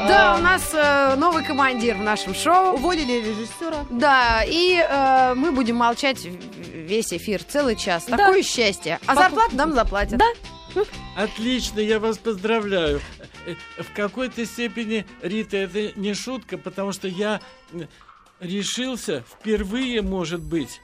Да, у нас новый командир в нашем шоу. Уволили режиссера. Да, и мы будем молчать весь эфир, целый час. Да. Такое счастье. А зарплату нам заплатят. Да. Отлично, я вас поздравляю. В какой-то степени, Рита, это не шутка, потому что я решился впервые, может быть,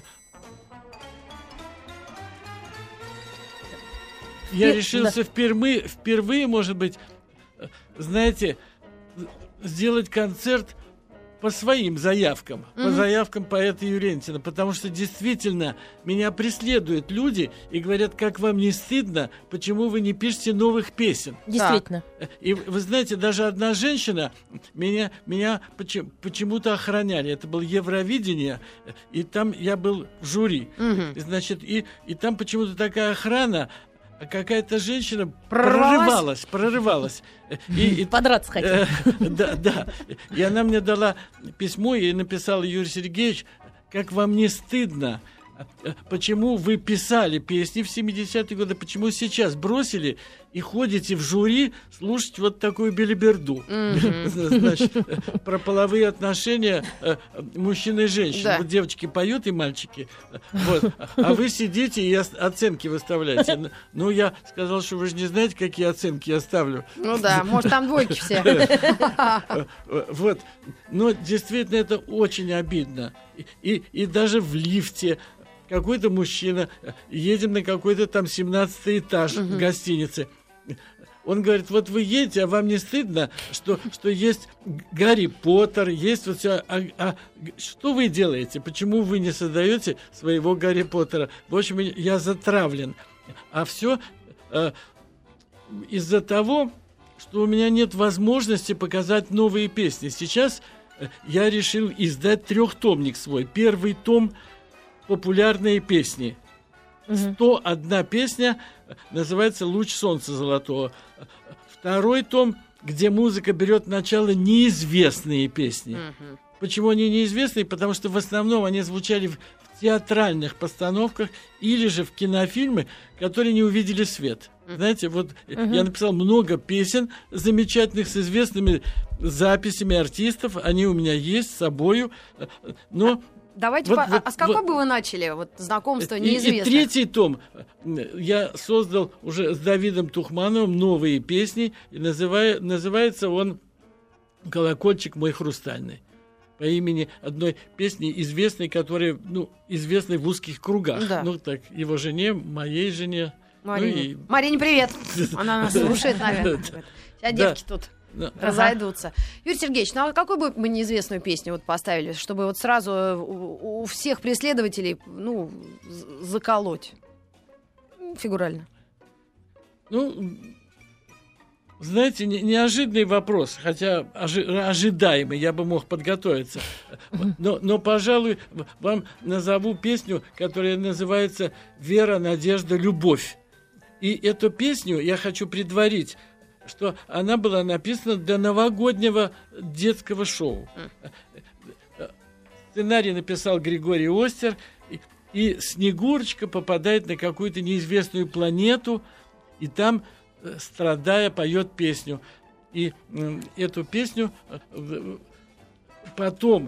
впервые, может быть, знаете, сделать концерт по своим заявкам, по заявкам поэта Юрентина, потому что действительно меня преследуют люди и говорят, как вам не стыдно, почему вы не пишете новых песен. Действительно. И вы знаете, даже одна женщина меня почему-то охраняли. Это было Евровидение, и там я был в жюри. Значит, и там почему-то такая охрана. Какая-то женщина прорывалась. И подраться хотела. Да. И она мне дала письмо, и написал: Юрий Сергеевич, как вам не стыдно? Почему вы писали песни в 70-е годы, почему сейчас бросили и ходите в жюри слушать вот такую белиберду? Значит, про половые отношения мужчины и женщины. Да. Вот девочки поют и мальчики. Вот. А вы сидите и оценки выставляете. Ну, я сказал, что вы же не знаете, какие оценки я ставлю. Ну да, может, там двойки все. Вот. Но действительно это очень обидно. И даже в лифте какой-то мужчина, едем на какой-то там 17-й этаж гостиницы. Он говорит: вот вы едете, а вам не стыдно, что есть Гарри Поттер, есть вот все. Что вы делаете? Почему вы не создаете своего Гарри Поттера? В общем, я затравлен. А все из-за того, что у меня нет возможности показать новые песни. Сейчас я решил издать 3-томник свой. Первый том — популярные песни. 101 песня называется «Луч солнца золотого». Второй том, где музыка берет начало, неизвестные песни. Почему они неизвестные? Потому что в основном они звучали в театральных постановках или же в кинофильмы, которые не увидели свет. Знаете, вот я написал много песен замечательных с известными записями артистов. Они у меня есть с собою, но... Давайте, с какой бы вы начали знакомство неизвестных? И 3-й том я создал уже с Давидом Тухмановым новые песни, и называется он «Колокольчик мой хрустальный», по имени одной песни, известной, которая, известной в узких кругах. Да. Так, его жене, моей жене. Марине. Марине, привет! Она нас слушает, наверное. Сейчас девки тут разойдутся. Юрий Сергеевич, а какую бы мы неизвестную песню поставили, чтобы сразу у всех преследователей, заколоть? Фигурально. Знаете, неожиданный вопрос, хотя ожидаемый, я бы мог подготовиться. Но, пожалуй, вам назову песню, которая называется «Вера, надежда, любовь». И эту песню я хочу предварить, что она была написана для новогоднего детского шоу. Сценарий написал Григорий Остер, и Снегурочка попадает на какую-то неизвестную планету, и там, страдая, поет песню. И эту песню потом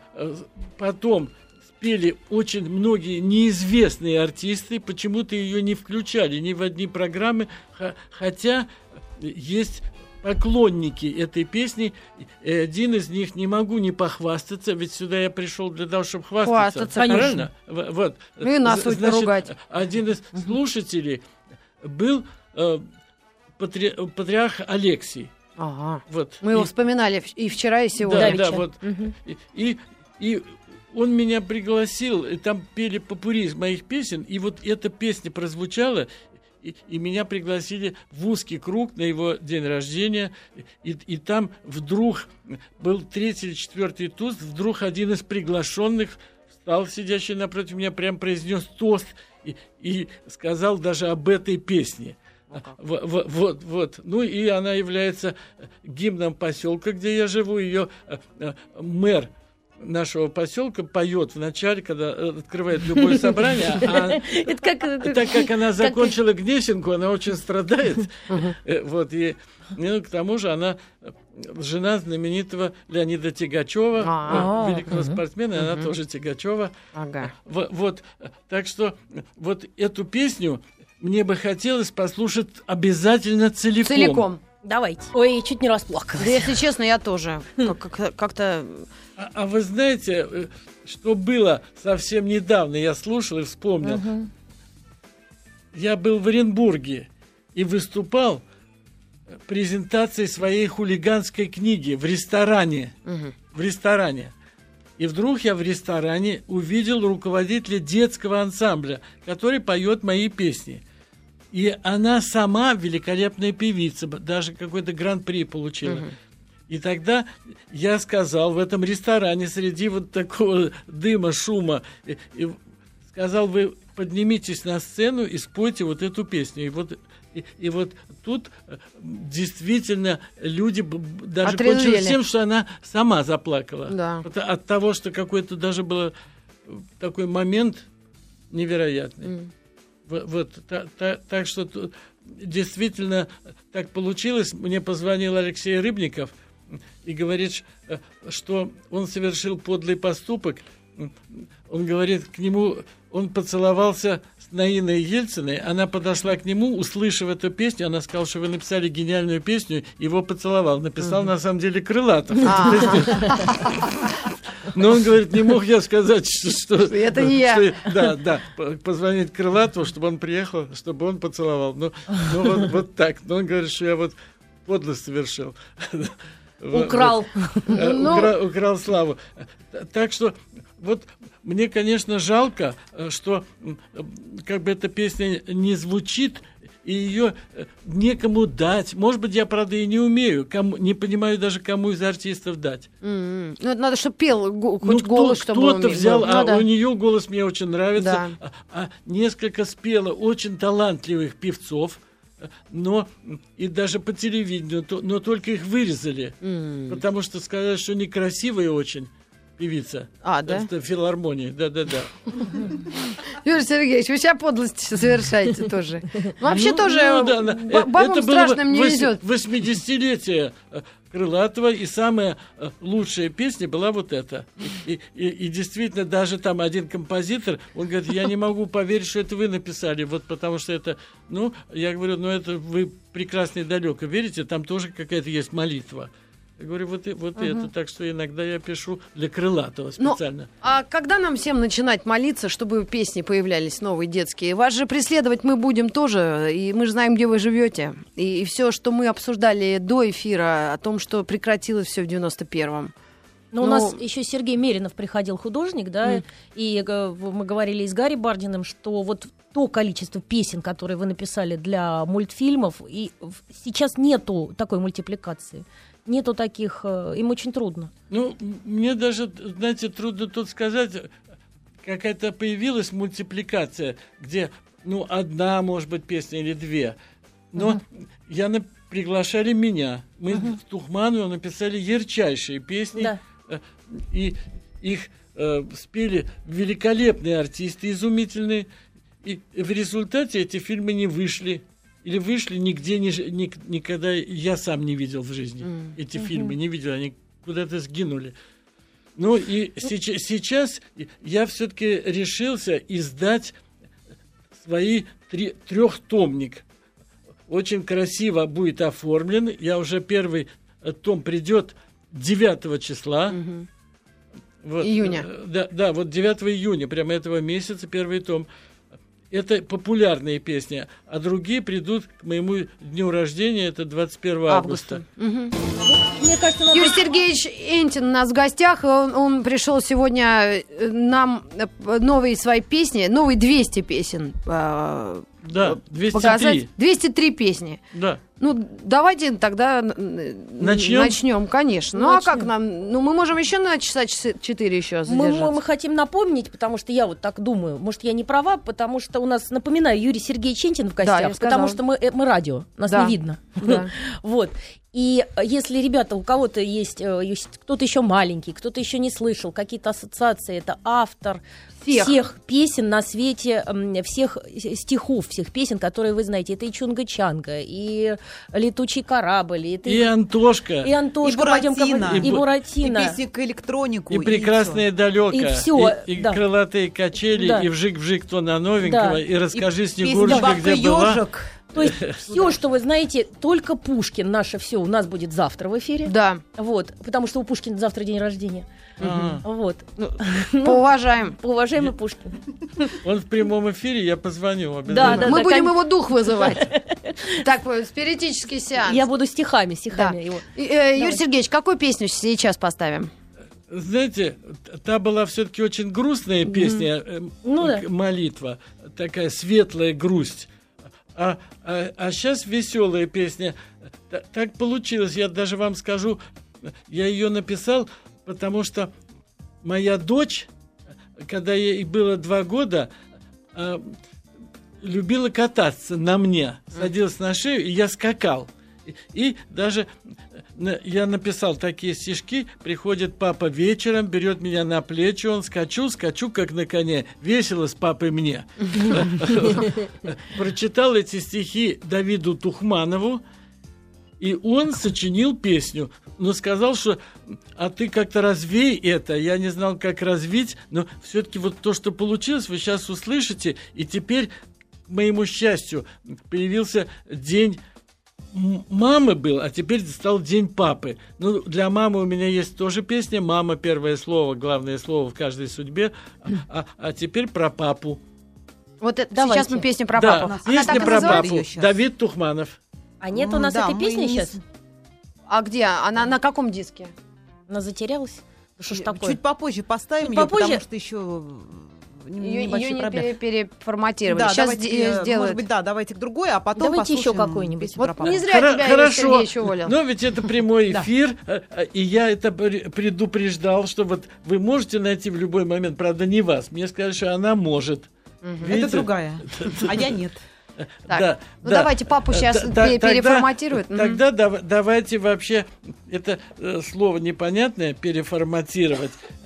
спели очень многие неизвестные артисты, почему-то ее не включали ни в одни программы, хотя есть поклонники этой песни. Один из них, не могу не похвастаться, ведь сюда я пришел для того, чтобы хвастаться. Правильно? Вот. И нас тут ругать. Один из слушателей был патриарх Алексий. Ага. Вот. Мы его вспоминали и вчера, и сегодня. Да, вот. И он меня пригласил, и там пели попурри из моих песен, и вот эта песня прозвучала, и меня пригласили в узкий круг на его день рождения, и там вдруг был 3-й или 4-й туз, вдруг один из приглашенных встал, сидящий напротив меня, прям произнес тост и сказал даже об этой песне. Вот. Ну и она является гимном поселка, где я живу. Ее мэр нашего поселка поет в начале, когда открывает любое собрание. Так как она закончила Гнесинку, она очень страдает. Вот, и к тому же она жена знаменитого Леонида Тягачева, великого спортсмена, и она тоже Тягачева. Вот, так что вот эту песню мне бы хотелось послушать обязательно целиком. Целиком. Давайте. Ой, чуть не расплакалась. Да, если честно, я тоже. Как-то... А вы знаете, что было совсем недавно, я слушал и вспомнил. Я был в Оренбурге и выступал презентацией своей хулиганской книги в ресторане. В ресторане. И вдруг я в ресторане увидел руководителя детского ансамбля, который поет мои песни. И она сама великолепная певица, даже какой-то гран-при получила. И тогда я сказал в этом ресторане среди вот такого дыма, шума, и сказал: вы поднимитесь на сцену и спойте вот эту песню. И вот тут действительно люди даже кончились тем, что она сама заплакала. Да. От того, что какой-то даже был такой момент невероятный. Вот, так что действительно так получилось. Мне позвонил Алексей Рыбников и говорит, что он совершил подлый поступок. Он говорит, к нему, он поцеловался с Наиной Ельциной, она подошла к нему, услышав эту песню, она сказала, что вы написали гениальную песню, его поцеловал. Написал, на самом деле, Крылатов. Но он говорит, не мог я сказать, что это не я. Да, позвонить Крылатову, чтобы он приехал, чтобы он поцеловал. Ну вот так. Но он говорит, что я вот подлость совершил. Украл. Украл славу. Так что вот мне, конечно, жалко, что как бы эта песня не звучит, и ее некому дать. Может быть, я, правда, и не умею, не понимаю даже, кому из артистов дать. Ну, это надо, чтобы пел хоть голос, чтобы кто-то взял, был. У нее голос мне очень нравится, несколько спела очень талантливых певцов, но и даже по телевидению, но только их вырезали, потому что сказали, что некрасивая очень певица. Да? В филармонии, да. Юрий Сергеевич, вы сейчас подлости совершаете тоже. Вообще тоже бабам страшным не везет. 80-летие Крылатова, и самая лучшая песня была вот эта. И действительно, даже там один композитор, он говорит, я не могу поверить, что это вы написали, вот потому что это, я говорю, это вы прекрасно и далеко верите, там тоже какая-то есть молитва. Я говорю, вот это. Так что иногда я пишу для Крылатова специально. А когда нам всем начинать молиться, чтобы песни появлялись новые детские? Вас же преследовать мы будем тоже, и мы же знаем, где вы живете. И все, что мы обсуждали до эфира, о том, что прекратилось все в 91-м. У нас еще Сергей Меринов приходил, художник, да, и мы говорили с Гарри Бардиным, что вот то количество песен, которые вы написали для мультфильмов, и сейчас нету такой мультипликации. Нету таких, им очень трудно. Мне даже, знаете, трудно тут сказать, какая-то появилась мультипликация, где, одна, может быть, песня или две. Но приглашали меня. Мы с Тухмановым написали ярчайшие песни, и их спели великолепные артисты, изумительные. И в результате эти фильмы не вышли. Или вышли нигде, никогда я сам не видел в жизни эти фильмы, не видел, они куда-то сгинули. И сейчас я все-таки решился издать свои трехтомник. Очень красиво будет оформлен. Я уже первый том придет 9 числа. Июня. Да, вот 9 июня, прямо этого месяца, первый том. Это популярные песни, а другие придут к моему дню рождения, это 21 августа. Мне кажется, Юрий Сергеевич Энтин у нас в гостях, он пришел сегодня нам новые свои песни, новые 200 песен да, 203. показать. 203 песни. Да. Ну, давайте тогда начнем, конечно. Ну, а как нам? Ну, мы можем еще на часа 4 еще задержаться. Мы хотим напомнить, потому что я вот так думаю, может, я не права, потому что у нас, напоминаю, Юрий Сергеевич Энтин в гостях, потому что мы радио, нас не видно. Да. Вот. И если, ребята, у кого-то есть кто-то еще маленький, кто-то еще не слышал, какие-то ассоциации, это автор всех песен на свете, всех стихов, всех песен, которые вы знаете. Это и Чунга-Чанга, и Летучий корабль, и Антошка, и Буратино, и Буратино, и песни к электронику, и Прекрасное далеко, и все, и крылатые качели, и вжик-вжик то на новенького, и расскажи, Снегурочка, где была. То есть все, что вы знаете, только Пушкин, наше все, у нас будет завтра в эфире. Да. Вот, потому что у Пушкина завтра день рождения. Вот. Поуважаем. Поуважаем и Пушкина. Он в прямом эфире, я позвоню обязательно. Да, мы будем его дух вызывать. Так, спиритический сеанс. Я буду стихами его. Юрий Сергеевич, какую песню сейчас поставим? Знаете, та была все-таки очень грустная песня, молитва, такая светлая грусть. А сейчас веселая песня. Так получилось, я даже вам скажу, я ее написал, потому что моя дочь, когда ей было 2 года, любила кататься на мне, садилась на шею, и я скакал. И даже я написал такие стишки: приходит папа вечером, берет меня на плечи, он скачу, как на коне, весело с папой мне. Прочитал эти стихи Давиду Тухманову, и он сочинил песню, но сказал, что а ты как-то развей это. Я не знал, как развить, но все-таки вот то, что получилось, вы сейчас услышите, и теперь, к моему счастью, появился день мамы был, а теперь стал день папы. Ну, для мамы у меня есть тоже песня «Мама» — первое слово, главное слово в каждой судьбе, а теперь про папу. Вот это, сейчас мы песню про папу. Песня про папу. Давид Тухманов. А нет у нас этой песни сейчас? А где? Она на каком диске? Она затерялась? Что ж такое? Чуть попозже поставим ее, потому что еще... Ее не переформатировали. Да, сейчас сделают. Может быть, давайте к другой, а потом давайте еще какой-нибудь. Вот не зря тебя Юрий Сергеевич уволил. Но ведь это прямой эфир, и я это предупреждал, что вот вы можете найти в любой момент, правда, не вас. Мне сказали, что она может. Это другая, а я нет. Так, давайте папу сейчас переформатируют. Тогда давайте вообще это слово непонятное переформатировать,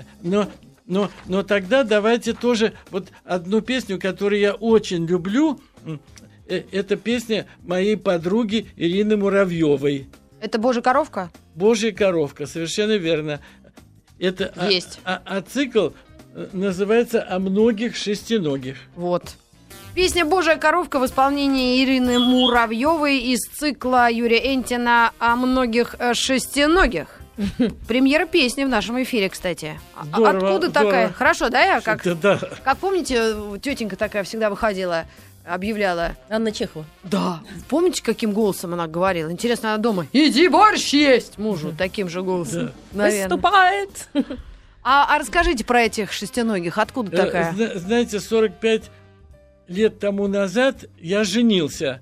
но тогда давайте тоже вот одну песню, которую я очень люблю. Это песня моей подруги Ирины Муравьевой. Это «Божья коровка»? «Божья коровка», совершенно верно. Это есть. А цикл называется «О многих шестиногих». Вот. Песня «Божья коровка» в исполнении Ирины Муравьевой из цикла Юрия Энтина «О многих шестиногих». Премьера песни в нашем эфире, кстати. Здорово, откуда такая? Хорошо, да? Я как помните, тетенька такая всегда выходила, объявляла. Анна Чехова. Да. Помните, каким голосом она говорила? Интересно, она дома: иди борщ есть! Мужу таким же голосом. Выступает. А расскажите про этих шестиногих. Откуда такая? Знаете, 45 лет тому назад я женился.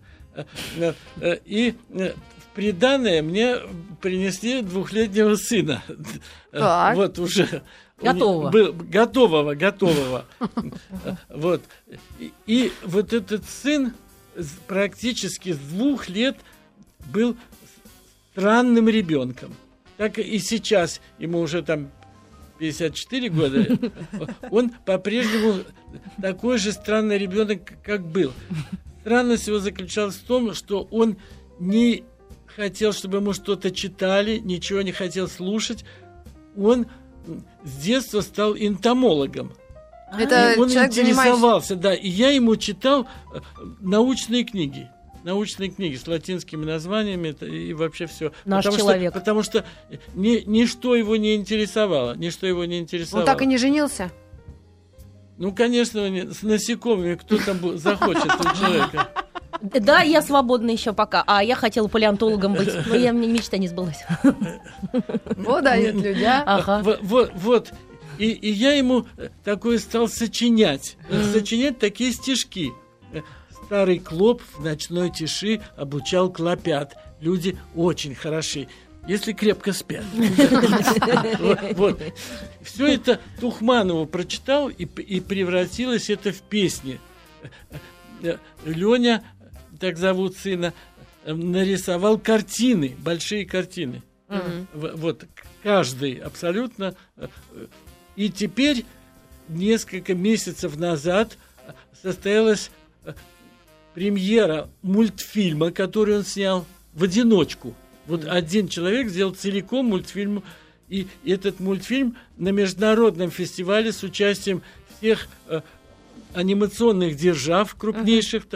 И приданое мне принесли 2-летнего сына. Так. Вот уже. Готового. Готового. Вот. И вот этот сын практически с 2 лет был странным ребенком. Так и сейчас, ему уже там 54 года, он по-прежнему такой же странный ребенок, как был. Странность его заключалась в том, что он не хотел, чтобы ему что-то читали, ничего не хотел слушать. Он с детства стал энтомологом. Это он интересовался, да. И я ему читал научные книги с латинскими названиями и вообще все. Потому что ничто его не интересовало. Он так и не женился? Ну, конечно, с насекомыми кто там захочет у человека. Да, я свободна еще пока. А я хотела палеонтологом быть, но мне мечта не сбылась. Вот дают люди, а? Вот. И я ему такое стал сочинять такие стишки. старый клоп в ночной тиши обучал клопят. Люди очень хороши, если крепко спят. Все это Тухманову прочитал, и превратилось это в песни. Леня, так зовут сына, нарисовал картины, большие картины. Вот, каждый абсолютно. И теперь, несколько месяцев назад, состоялась премьера мультфильма, который он снял в одиночку. Вот один человек сделал целиком мультфильм. И этот мультфильм на международном фестивале с участием всех анимационных держав крупнейших,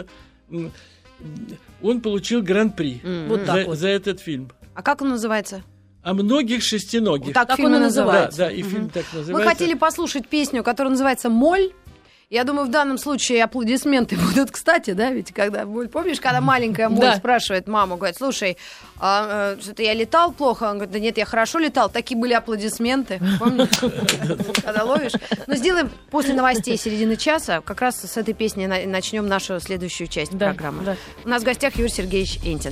он получил гран-при за этот фильм. А как он называется? «О многих шестиногих». Так фильм и называется. Да, и фильм так называется. Мы хотели послушать песню, которая называется «Моль». Я думаю, в данном случае аплодисменты будут кстати, да, ведь когда, помнишь, когда маленькая Моль спрашивает маму, говорит, слушай, что-то я летал плохо? Он говорит, да нет, я хорошо летал. Такие были аплодисменты, помнишь, когда ловишь. Но сделаем после новостей середины часа, как раз с этой песни начнем нашу следующую часть программы. У нас в гостях Юрий Сергеевич Энтин.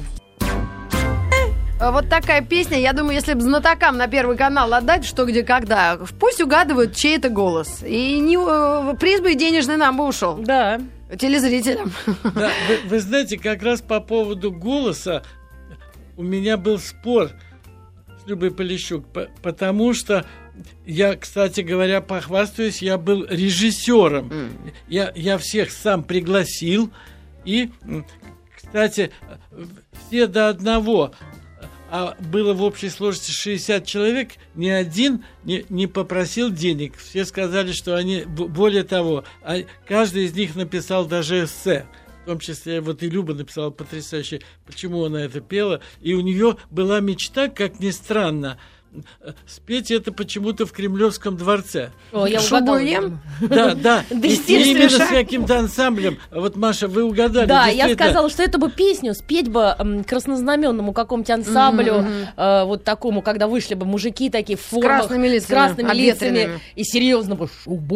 Вот такая песня. Я думаю, если бы знатокам на Первый канал отдать, что, где, когда, пусть угадывают, чей это голос. И приз бы денежный нам бы ушел. Да. Телезрителям. Да, вы знаете, как раз по поводу голоса у меня был спор с Любой Полищук, потому что я, кстати говоря, похвастаюсь, я был режиссером. Я всех сам пригласил. И, кстати, все до одного... А было в общей сложности 60 человек, ни один не попросил денег. Все сказали, что они, более того, каждый из них написал даже эссе. В том числе вот и Люба написала потрясающе, почему она это пела. И у нее была мечта, как ни странно, спеть это почему-то в Кремлевском дворце. О, я угадала. Да. И именно с каким-то ансамблем. Вот, Маша, вы угадали. Да, я сказала, что эту бы песню спеть бы краснознаменному какому-нибудь ансамблю, вот такому, когда вышли бы мужики такие в формах, с красными лицами, и серьезно бы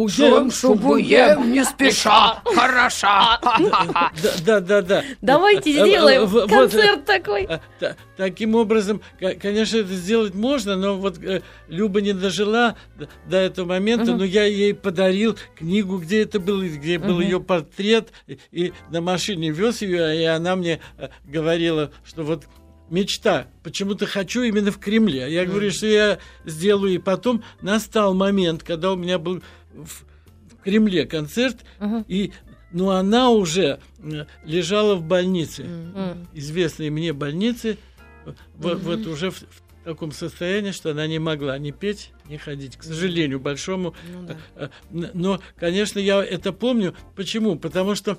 шубуем, не спеша, хороша. Да. Давайте сделаем концерт такой. Таким образом, конечно, это сделать можно, но вот Люба не дожила до этого момента, но я ей подарил книгу, где это было, где был ее портрет, и на машине вез ее, и она мне говорила, что вот мечта, почему-то хочу именно в Кремле. Я говорю, что я сделаю, и потом настал момент, когда у меня был в Кремле концерт, но она уже лежала в больнице, известной мне больнице, вот уже в таком состоянии, что она не могла ни петь, ни ходить, к сожалению, большому. Но, конечно, я это помню. Почему? Потому что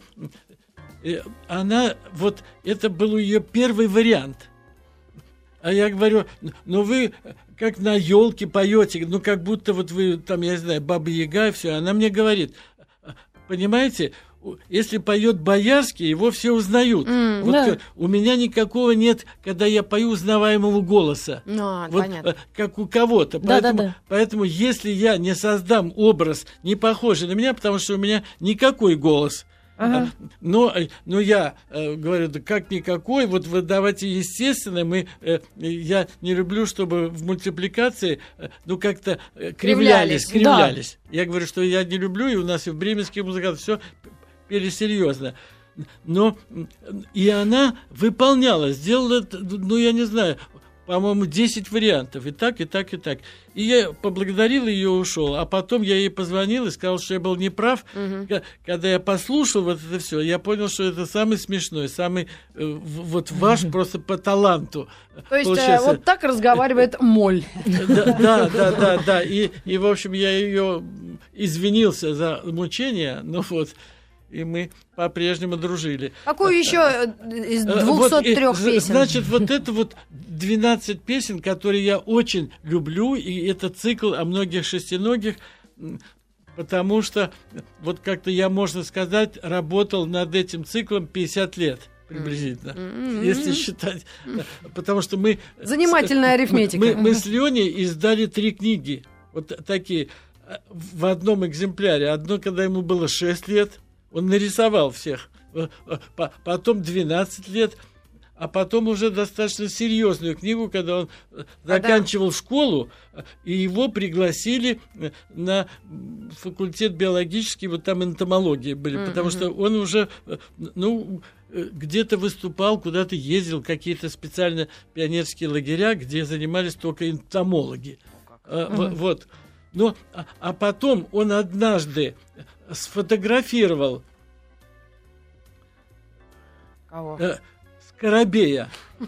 она, вот это был ее первый вариант. А я говорю, вы как на елке поете, как будто вот вы там, я не знаю, Баба Яга и все. Она мне говорит, понимаете, если поет Боярский, его все узнают. У меня никакого нет, когда я пою, узнаваемого голоса. Как у кого-то. Поэтому если я не создам образ, не похожий на меня, потому что у меня никакой голос. Но я говорю, да как никакой, вот вы давайте естественно, я не люблю, чтобы в мультипликации как-то кривлялись. Я говорю, что я не люблю, и у нас и в бременских музыкантах все пели серьезно. Но и она выполняла, сделала, я не знаю, по-моему, 10 вариантов. И так. И я поблагодарил ее и ушел. А потом я ей позвонил и сказал, что я был неправ. Когда я послушал вот это все, я понял, что это самый смешной, самый вот ваш просто по таланту. То есть вот так разговаривает Моль. Да. И, в общем, я ее извинился за мучения, и мы по-прежнему дружили. Какую еще из 203 песен? Значит, вот это вот 12 песен, которые я очень люблю, и это цикл о многих шестиногих, потому что, вот как-то я, можно сказать, работал над этим циклом 50 лет приблизительно, если считать. Потому что мы... Занимательная арифметика. Мы с Леней издали 3 книги, вот такие, в одном экземпляре. Одно, когда ему было 6 лет, он нарисовал всех потом 12 лет, а потом уже достаточно серьезную книгу, когда он заканчивал школу, и его пригласили на факультет биологический, вот там энтомология были, потому что он уже, где-то выступал, куда-то ездил, какие-то специально пионерские лагеря, где занимались только энтомологи. Вот. Но, а потом он однажды сфотографировал скоробея,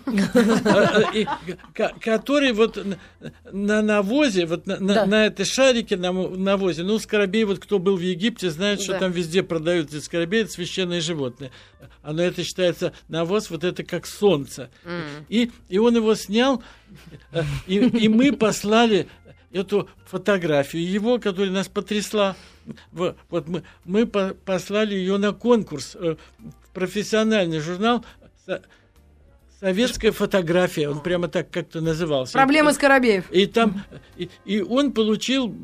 который вот на навозе, вот на этой шарике на навозе, скоробей, вот кто был в Египте, знает, что там везде продают эти скоробеи, это священные животные. Оно это считается навоз, вот это как солнце. И он его снял, и мы послали эту фотографию его, которая нас потрясла. Вот мы послали ее на конкурс в профессиональный журнал «Советская фотография», он прямо так как-то назывался. «Проблемы скоробеев». И там и он получил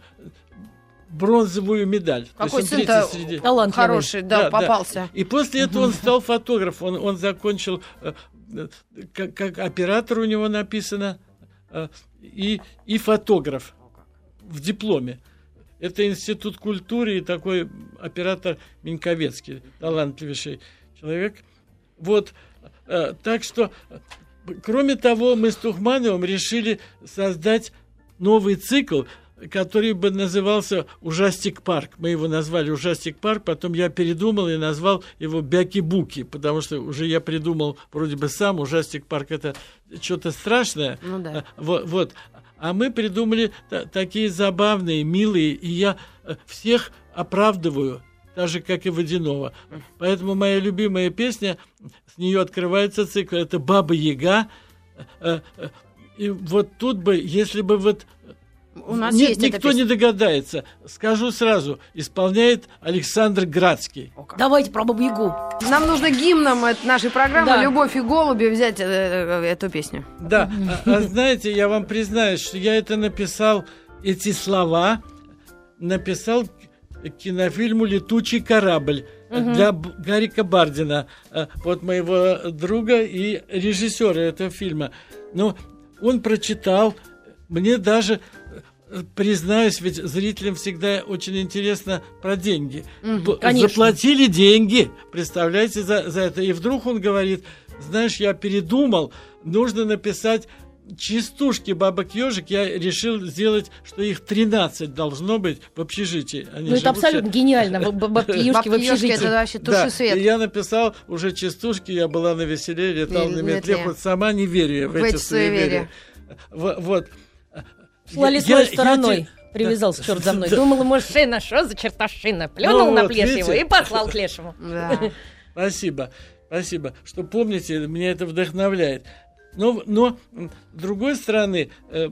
бронзовую медаль. Какой сын-то хороший, попался. И после этого он стал фотографом. Он закончил, как оператор у него написано, и фотограф в дипломе. Это Институт культуры и такой оператор Миньковецкий, талантливейший человек. Вот, так что, кроме того, мы с Тухмановым решили создать новый цикл, который бы назывался «Ужастик парк». Мы его назвали «Ужастик парк», потом я передумал и назвал его «Бяки-буки», потому что уже я придумал вроде бы сам «Ужастик парк» — это что-то страшное. Вот. А мы придумали такие забавные, милые, и я всех оправдываю, так же, как и Водянова. Поэтому моя любимая песня, с нее открывается цикл, это «Баба-Яга». И вот тут бы, если бы вот у нас есть никто не догадается, скажу сразу, исполняет Александр Градский. Давайте про Бабу-Ягу. Нам нужно гимном нашей программы «Любовь и голуби» взять эту песню. Да, знаете, я вам признаюсь, что я это написал, эти слова написал к кинофильму «Летучий корабль» для Гарика Бардина, вот моего друга и режиссера этого фильма. Но он прочитал, мне даже, признаюсь, ведь зрителям всегда очень интересно про деньги. Заплатили деньги, представляете, за это. И вдруг он говорит: знаешь, я передумал, нужно написать частушки бабок-ежик. Я решил сделать, что их 13 должно быть в общежитии. Это абсолютно гениально, бабки-ежки в общежитии. Это вообще туши свет. И я написал уже частушки, я была на веселе, летал на метле, хоть сама не верю в эти суеверия. Вот. Шла лесной стороной, привязался черт за мной. Думал, мужчина, что за чертовщина? Плюнул на плешь его и послал к лешему. Спасибо, что помните, меня это вдохновляет. Но с другой стороны,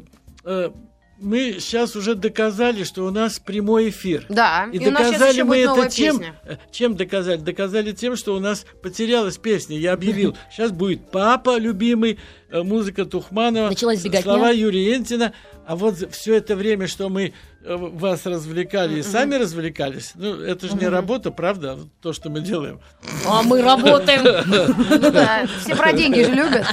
мы сейчас уже доказали, что у нас прямой эфир. Да, и доказали мы это чем доказали? Доказали тем, что у нас потерялась песня. Я объявил, сейчас будет «Папа» любимый, музыка Тухманова, началась беготня, слова Юрия Энтина. А вот все это время, что мы вас развлекали и сами развлекались, это же не работа, правда, то, что мы делаем. А мы работаем. Все про деньги же любят.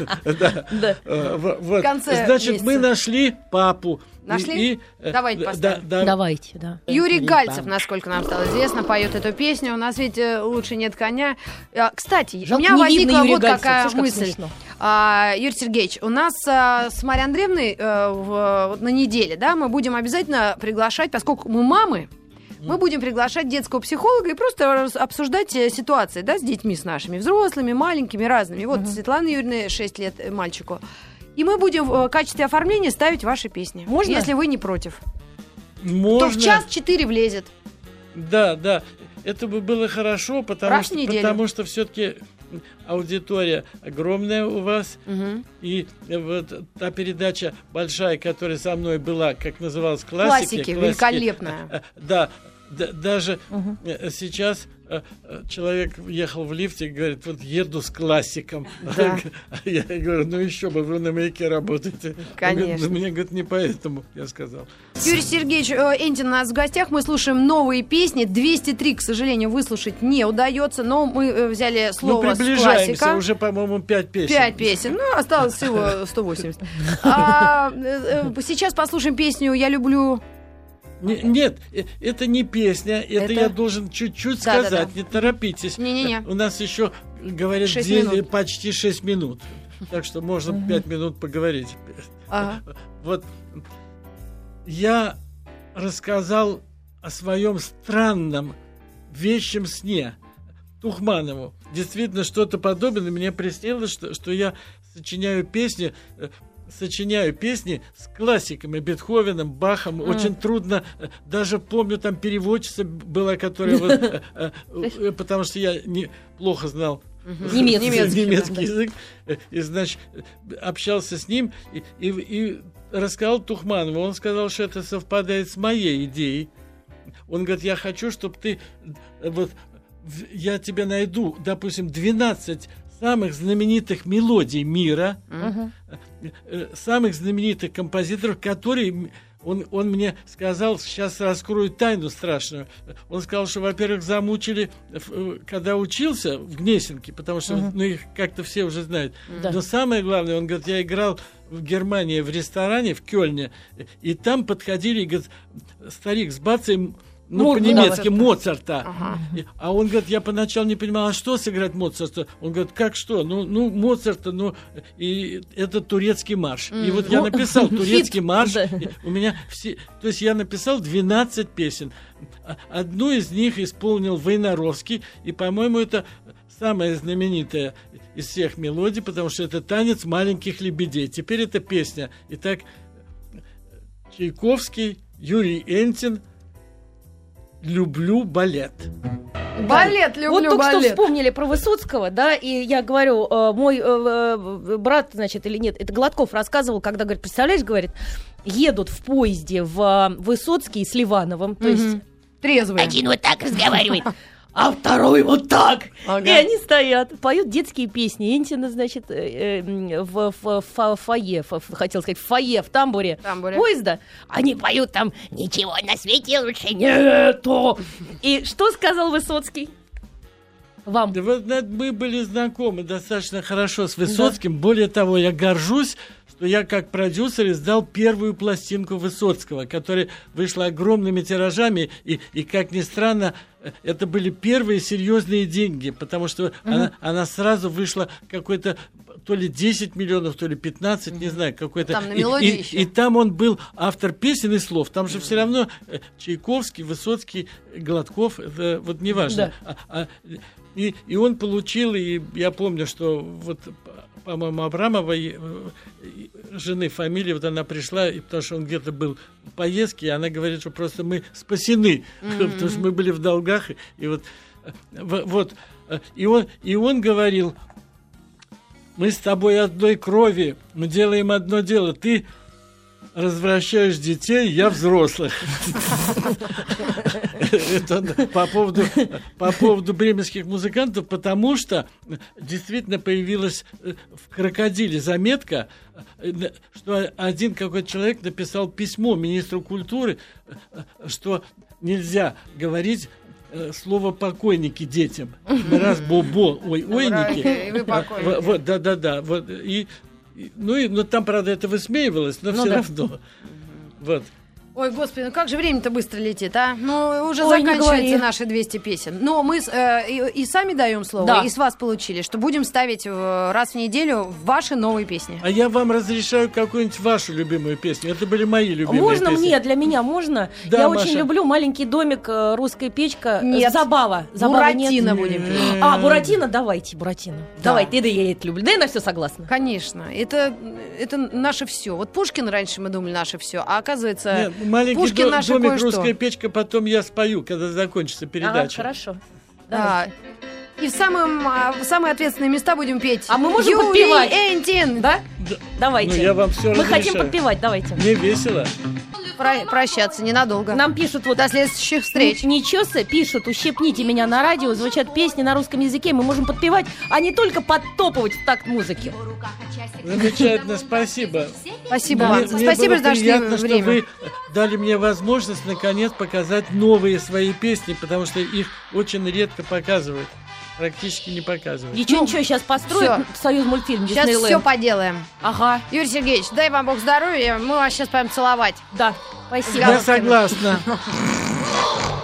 Значит, мы нашли папу. Нашли? Давайте поставим. Давайте, да. Юрий Гальцев, насколько нам стало известно, поет эту песню. У нас ведь «Лучше нет коня». Кстати, у меня возникла вот какая мысль. Юрий Сергеевич, у нас с Марьей Андреевной на неделе, да, мы будем обязательно приглашать, поскольку мы мамы, мы будем приглашать детского психолога и просто обсуждать ситуации, да, с детьми, с нашими, взрослыми, маленькими, разными. Вот Светлана Юрьевна, 6 лет мальчику. И мы будем в качестве оформления ставить ваши песни. Можно? Если вы не против. Можно. То в час 4 влезет. Да. Это бы было хорошо, потому что все-таки аудитория огромная у вас. И вот та передача большая, которая со мной была, как называлась, классики, великолепная. Да, даже сейчас человек ехал в лифте и говорит, вот еду с классиком. Да. Я говорю, ну еще бы, вы на «Маяке» работаете. Конечно. Мне, говорит, не поэтому, я сказал. Юрий Сергеевич Энтин у нас в гостях. Мы слушаем новые песни. 203, к сожалению, выслушать не удается, но мы взяли слово с классика. Приближаемся, уже, по-моему, 5 песен. 5 песен, ну, осталось всего 180. Сейчас послушаем песню «Я люблю...» Нет, это не песня, это я должен чуть-чуть сказать, не торопитесь. Не-не-не. У нас еще, говорят, почти 6 минут, так что можно 5 минут поговорить. Вот я рассказал о своем странном вещем сне Тухманову. Действительно, что-то подобное. Мне приснилось, что я сочиняю песни с классиками, Бетховеном, Бахом. Очень трудно, даже помню, там переводчица была, которая потому что я плохо знал немецкий язык, и, значит, общался с ним и рассказал Тухманову. Он сказал, что это совпадает с моей идеей. Он говорит, я хочу, чтобы ты я тебе найду, допустим, 12 самых знаменитых мелодий мира, самых знаменитых композиторов, которые он мне сказал, сейчас раскрою тайну страшную. Он сказал, что, во-первых, замучили, когда учился в Гнесинке, потому что их как-то все уже знают. Но самое главное, он говорит, я играл в Германии в ресторане в Кёльне, и там подходили, говорит, старик с бацей, по-немецки Моцарта. А он говорит, я поначалу не понимал, а что сыграть Моцарта? Он говорит, как что? Ну Моцарта, и это турецкий марш. И вот я написал турецкий марш. У меня все, то есть я написал 12 песен. Одну из них исполнил Войнаровский, и, по-моему, это самая знаменитая из всех мелодий, потому что это танец маленьких лебедей. Теперь это песня. Итак, Чайковский, Юрий Энтин, «Люблю балет». Балет, люблю вот только балет. Что вспомнили про Высоцкого, да, и я говорю, мой брат, значит, или нет, это Гладков рассказывал, когда, говорит, представляешь, говорит, едут в поезде в Высоцкий с Ливановым, то есть трезвые. Один вот так разговаривает, а второй вот так. Ага. И они стоят, поют детские песни. Энтина, значит, в фойе, хотел сказать, в фойе, в тамбуре поезда. Они поют там «Ничего на свете лучше нету». И что сказал Высоцкий? Вам? Да, мы были знакомы достаточно хорошо с Высоцким. Да. Более того, я горжусь, что я как продюсер издал первую пластинку Высоцкого, которая вышла огромными тиражами, и как ни странно, это были первые серьезные деньги, потому что она сразу вышла какой-то то ли 10 миллионов, то ли 15, не знаю, какой-то. Там на мелодии еще. И там он был автор песен и слов. Там же все равно Чайковский, Высоцкий, Гладков, это вот неважно. Да. И он получил, и я помню, что вот, по-моему, Абрамова, жены фамилии, вот она пришла, и потому что он где-то был в поездке, и она говорит, что просто мы спасены, потому что мы были в долгах, и вот, и он говорил, мы с тобой одной крови, мы делаем одно дело, ты развращаешь детей, я взрослых. Это по поводу бременских музыкантов, потому что действительно появилась в «Крокодиле» заметка, что один какой-то человек написал письмо министру культуры, что нельзя говорить слово «покойники» детям. Раз бо-бо, ой-ойники. Вот, да. Вот, но там, правда, это высмеивалось, но все равно. Вот. Ой, господи, ну как же время-то быстро летит, а? Ну, уже заканчиваются наши 200 песен. Но мы и сами даем слово, да. И с вас получили, что будем ставить раз в неделю ваши новые песни. А я вам разрешаю какую-нибудь вашу любимую песню. Это были мои любимые песни. Можно песни. мне? Для меня можно? Да, я Маша. Очень люблю «Маленький домик», «Русская печка». Нет. Забава. Буратино будем петь. Буратино? Давайте, Буратино. Да. Давайте, да я это люблю. Да я на все согласна. Конечно. Это наше все. Вот Пушкин раньше мы думали наше все, а оказывается... Нет, «Маленький домик», «Русская печка», потом я спою, когда закончится передача. Хорошо. Да. И в самые ответственные места будем петь. А мы можем Юрий подпевать? Энтин, да? Давайте. Ну, я вам все разрешаю. Мы хотим подпевать, давайте. Мне весело. прощаться ненадолго. Нам пишут вот... До следующих встреч. Ничего себе, пишут, ущипните меня на радио, звучат песни на русском языке, мы можем подпевать, а не только подтопывать в такт музыки. Замечательно, спасибо. Спасибо вам. Спасибо, что нашли приятно, время. Что вы дали мне возможность наконец показать новые свои песни, потому что их очень редко показывают. Практически не показывают. Ничего, сейчас построят Союзмультфильм. Сейчас все поделаем. Ага. Юрий Сергеевич, дай вам Бог здоровья. Мы вас сейчас пойдем целовать. Да, спасибо. Я согласна.